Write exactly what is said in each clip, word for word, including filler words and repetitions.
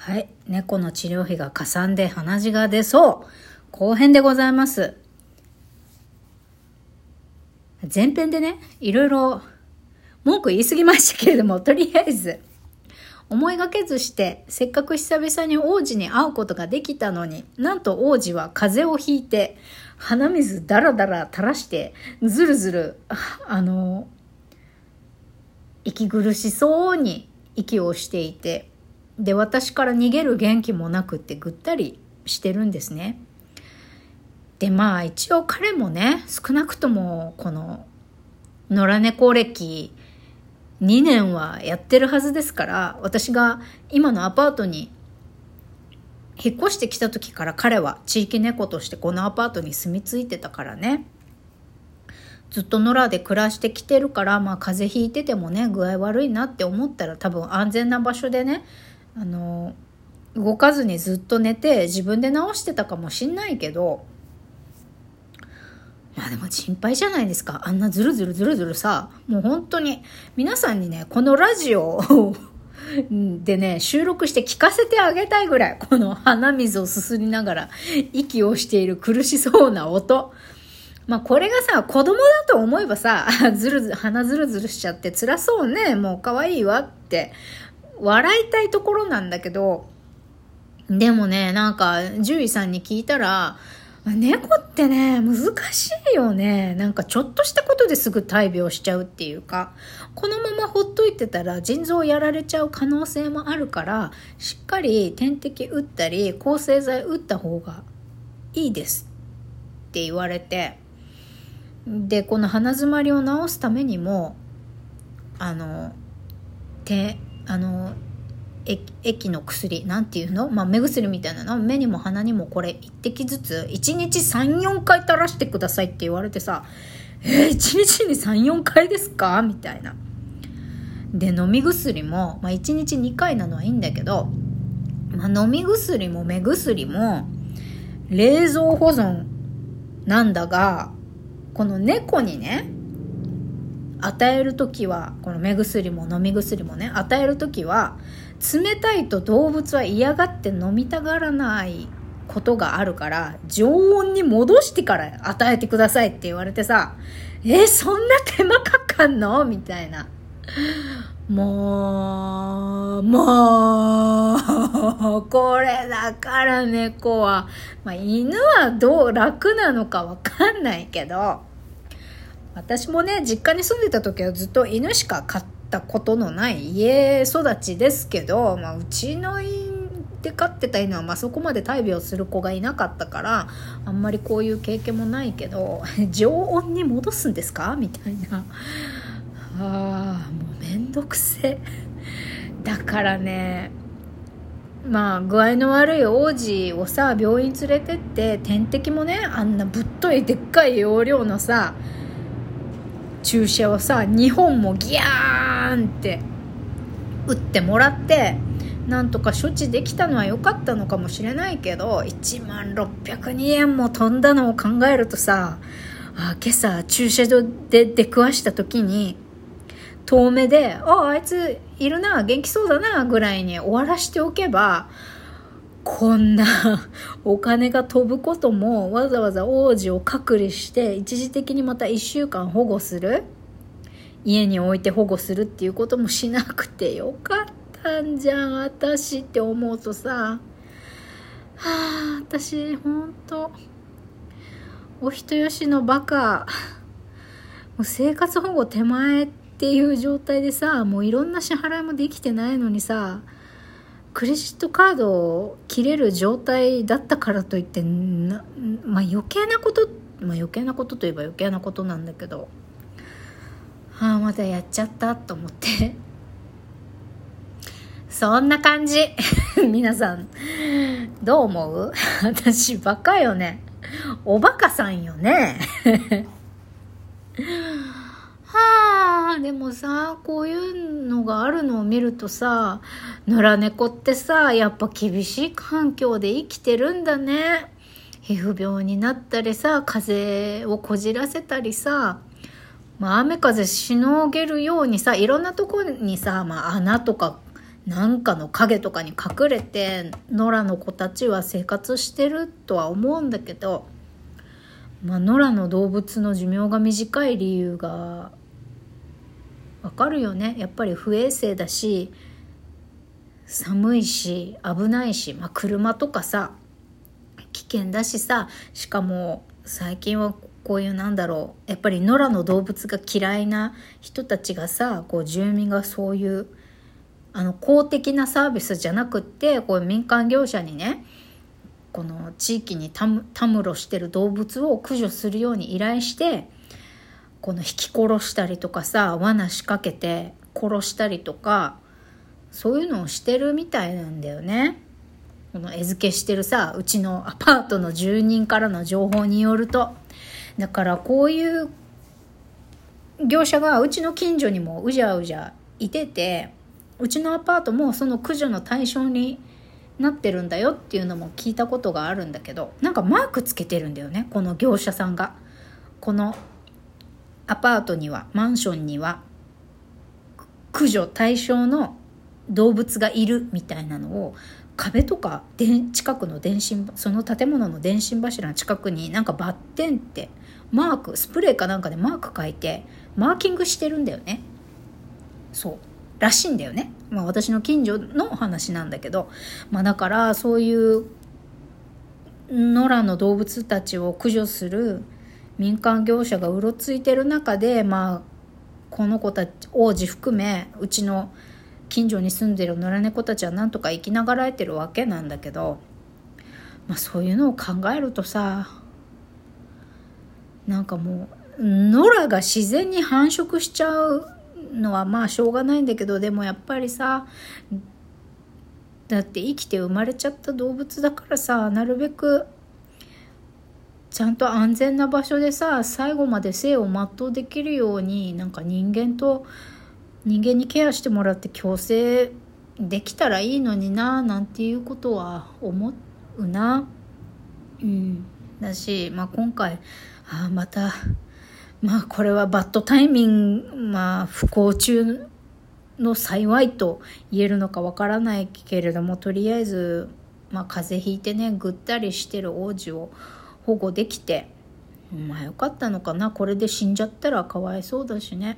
はい。猫の治療費がかさんで鼻血が出そう。後編でございます。前編でね、いろいろ文句言い過ぎましたけれども、とりあえず、思いがけずして、せっかく久々に王子に会うことができたのに、なんと王子は風邪をひいて、鼻水だらだら垂らして、ずるずる、あの、息苦しそうに息をしていて、で、私から逃げる元気もなくってぐったりしてるんですね。で、まあ一応彼もね、少なくともこの野良猫歴にねんはやってるはずですから、私が今のアパートに引っ越してきた時から彼は地域猫としてこのアパートに住み着いてたからね。ずっと野良で暮らしてきてるから、まあ風邪ひいててもね、具合悪いなって思ったら多分安全な場所でね、あの動かずにずっと寝て自分で治してたかもしんないけど、まあでも心配じゃないですか。あんなずるずるずるずるさ、もう本当に皆さんにね、このラジオでね、収録して聞かせてあげたいぐらい、この鼻水をすすりながら息をしている苦しそうな音。まあこれがさ、子供だと思えばさ、ずるずる鼻ずるずるしちゃって辛そうね、もう可愛いわって笑いたいところなんだけど、でもね、なんか獣医さんに聞いたら、猫ってね、難しいよね。なんかちょっとしたことですぐ大病しちゃうっていうか、このままほっといてたら腎臓やられちゃう可能性もあるから、しっかり点滴打ったり抗生剤打った方がいいですって言われて、でこの鼻づまりを治すためにもあのてあの液の薬なんていうの、まあ、目薬みたいなの目にも鼻にもこれ一滴ずついちにちさんよんかい垂らしてくださいって言われてさ、えー、いちにちにさんよんかいですかみたいな。で飲み薬も、まあ、いちにちにかいなのはいいんだけど、まあ、飲み薬も目薬も冷蔵保存なんだが、この猫にね与えるときは、この目薬も飲み薬もね与えるときは、冷たいと動物は嫌がって飲みたがらないことがあるから、常温に戻してから与えてくださいって言われてさ、えそんな手間かかんのみたいな。もうもうこれだから猫は、まあ、犬はどう楽なのかわかんないけど、私もね実家に住んでた時はずっと犬しか飼ったことのない家育ちですけど、まあ、うちの家で飼ってた犬は、まあ、そこまで大病する子がいなかったからあんまりこういう経験もないけど、常温に戻すんですかみたいな。ああもうめんどくせだからね、まあ具合の悪い王子をさ病院連れてって、点滴もねあんなぶっといでっかい容量のさ注射をさにほんもギャーンって打ってもらって、なんとか処置できたのは良かったのかもしれないけど、いちまんろっぴゃくにえんも飛んだのを考えるとさ、あ今朝駐車場で出くわした時に遠目で、ああいついるな元気そうだなぐらいに終わらしておけば、こんなお金が飛ぶことも、わざわざ王子を隔離して一時的にまたいっしゅうかん保護する、家に置いて保護するっていうこともしなくてよかったんじゃん私って思うとさ、はあ私ほんとお人よしのバカ、もう生活保護手前っていう状態でさ、もういろんな支払いもできてないのにさ、クレジットカードを切れる状態だったからといってな、まあ余計なこと、まあ余計なことといえば余計なことなんだけど、ああまたやっちゃったと思ってそんな感じ皆さんどう思う？私バカよね、おバカさんよねはあ、でもさこういうのがあるのを見るとさ、野良猫ってさやっぱ厳しい環境で生きてるんだね。皮膚病になったりさ、風邪をこじらせたりさ、まあ、雨風しのげるようにさ、いろんなところにさ、まあ、穴とかなんかの影とかに隠れて野良の子たちは生活してるとは思うんだけど、まあ、野良の動物の寿命が短い理由がわかるよね。やっぱり不衛生だし、寒いし危ないし、まあ、車とかさ危険だしさ、しかも最近はこういうなんだろう、やっぱり野良の動物が嫌いな人たちがさ、こう住民がそういうあの公的なサービスじゃなくって、こう民間業者にね、この地域にたむたむろしてる動物を駆除するように依頼して、この引き殺したりとかさ、罠仕掛けて殺したりとか、そういうのをしてるみたいなんだよね。この餌付けしてるさ、うちのアパートの住人からの情報によると。だからこういう業者がうちの近所にもうじゃうじゃいてて、うちのアパートもその駆除の対象になってるんだよっていうのも聞いたことがあるんだけど、なんかマークつけてるんだよね、この業者さんが。このアパートには、マンションには駆除対象の動物がいるみたいなのを壁とか近くの電信、その建物の電信柱の近くになんかバッテンってマーク、スプレーかなんかでマーク書いてマーキングしてるんだよね。そうらしいんだよね。まあ私の近所の話なんだけど、まあだからそういう野良の動物たちを駆除する民間業者がうろついてる中で、まあこの子たち、王子含めうちの近所に住んでる野良猫たちはなんとか生きながらえてるわけなんだけど、まあそういうのを考えるとさ、なんかもう野良が自然に繁殖しちゃうのはまあしょうがないんだけど、でもやっぱりさ、だって生きて生まれちゃった動物だからさ、なるべくちゃんと安全な場所でさ、最後まで生を全うできるように、なんか人間と人間にケアしてもらって共生できたらいいのにな、なんていうことは思うな。うんだし、まあ今回あまたまあこれはバッドタイミング、まあ不幸中の幸いと言えるのかわからないけれども、とりあえず、まあ、風邪ひいてねぐったりしてる王子を保護できて、まあよかったのかな。これで死んじゃったらかわいそうだしね。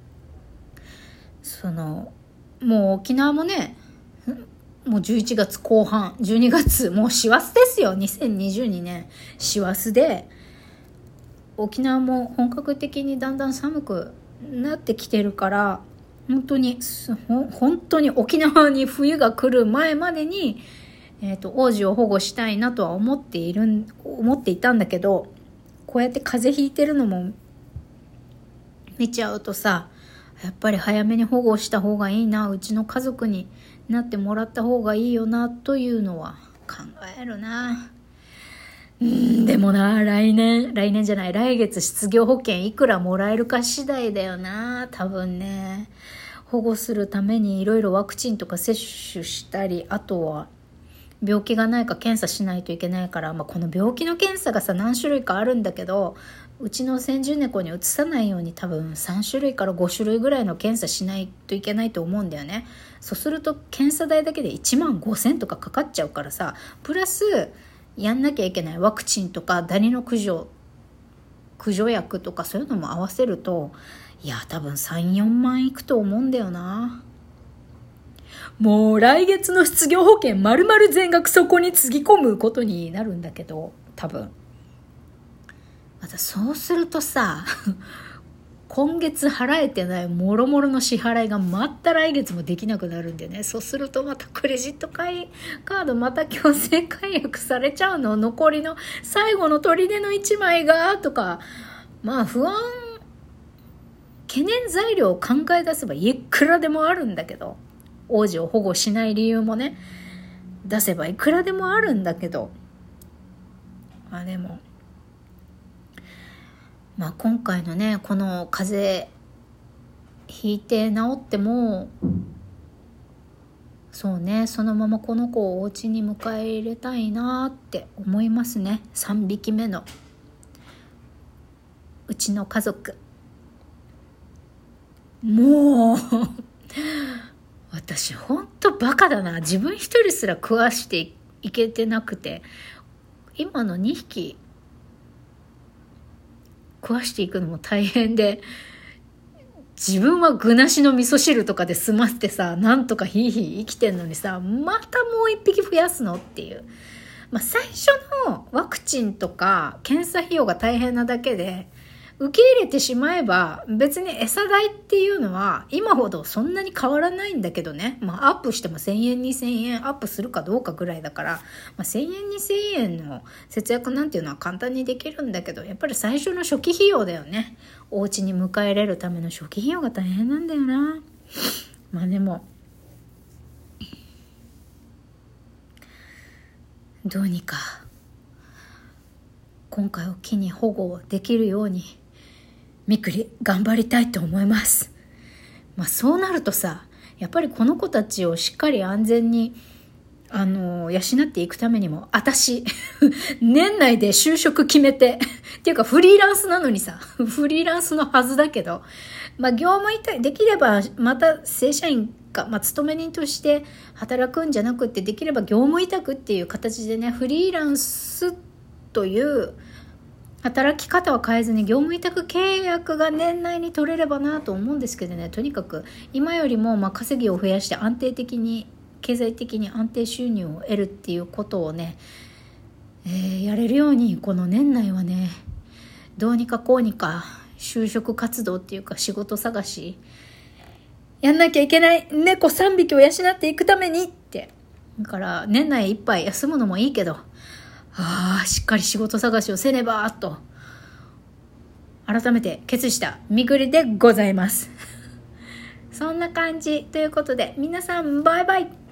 そのもう沖縄もね、もうじゅういちがつこう半、じゅうにがつもう師走ですよ。にせんにじゅうにねん師走で、沖縄も本格的にだんだん寒くなってきてるから、本当に本当に沖縄に冬が来る前までに、えーと、王子を保護したいなとは思っている思っていたんだけど、こうやって風邪ひいてるのも見ちゃうとさ、やっぱり早めに保護した方がいいな、うちの家族になってもらった方がいいよなというのは考えるな。うんでもな、来年来年じゃない来月失業保険いくらもらえるか次第だよな。多分ね、保護するためにいろいろワクチンとか接種したり、あとは病気がないか検査しないといけないから、まあ、この病気の検査がさ何種類かあるんだけど、うちの先住猫にうつさないように多分さん種類からご種類ぐらいの検査しないといけないと思うんだよね。そうすると検査代だけでいちまんごせんとかかかっちゃうからさ、プラスやんなきゃいけないワクチンとかダニの駆除駆除薬とかそういうのも合わせると、いや多分さん、よんまんいくと思うんだよな。もう来月の失業保険丸々全額そこにつぎ込むことになるんだけど、多分またそうするとさ今月払えてないもろもろの支払いがまた来月もできなくなるんでね。そうするとまたクレジットカードまた強制解約されちゃうの、残りの最後の砦のいちまいがとか、まあ不安懸念材料を考え出せばいくらでもあるんだけど、王子を保護しない理由もね出せばいくらでもあるんだけど、まあでもまあ今回のねこの風邪ひいて治っても、そうねそのままこの子をお家に迎え入れたいなって思いますね。さんびきめのうちの家族、もう私ほんとバカだな。自分一人すら食わしていけてなくて、今のにひき食わしていくのも大変で、自分は具なしの味噌汁とかで済ませてさ、なんとかヒーヒー生きてんのにさ、またもう一匹増やすのっていう。まあ、最初のワクチンとか検査費用が大変なだけで、受け入れてしまえば別に餌代っていうのは今ほどそんなに変わらないんだけどね。まあアップしてもせんえんにせんえんアップするかどうかぐらいだから、まあ、せんえんにせんえんの節約なんていうのは簡単にできるんだけど、やっぱり最初の初期費用だよね。お家に迎え入れるための初期費用が大変なんだよな。まあでもどうにか今回を機に保護できるようにみくり頑張りたいと思います。まあそうなるとさ、やっぱりこの子たちをしっかり安全にあの養っていくためにも、私年内で就職決めてっていうかフリーランスなのにさ、フリーランスのはずだけど、まあ業務委託できればまた正社員か、まあ勤め人として働くんじゃなくて、できれば業務委託っていう形でね、フリーランスという働き方は変えずに業務委託契約が年内に取れればなと思うんですけどね。とにかく今よりもまあ稼ぎを増やして安定的に経済的に安定収入を得るっていうことをね、えー、やれるようにこの年内はね、どうにかこうにか就職活動っていうか仕事探しやんなきゃいけない。猫さんびきを養っていくためにって。だから年内いっぱい休むのもいいけど、ああしっかり仕事探しをせねばと改めて決意したみくりでございますそんな感じということで、皆さんバイバイ。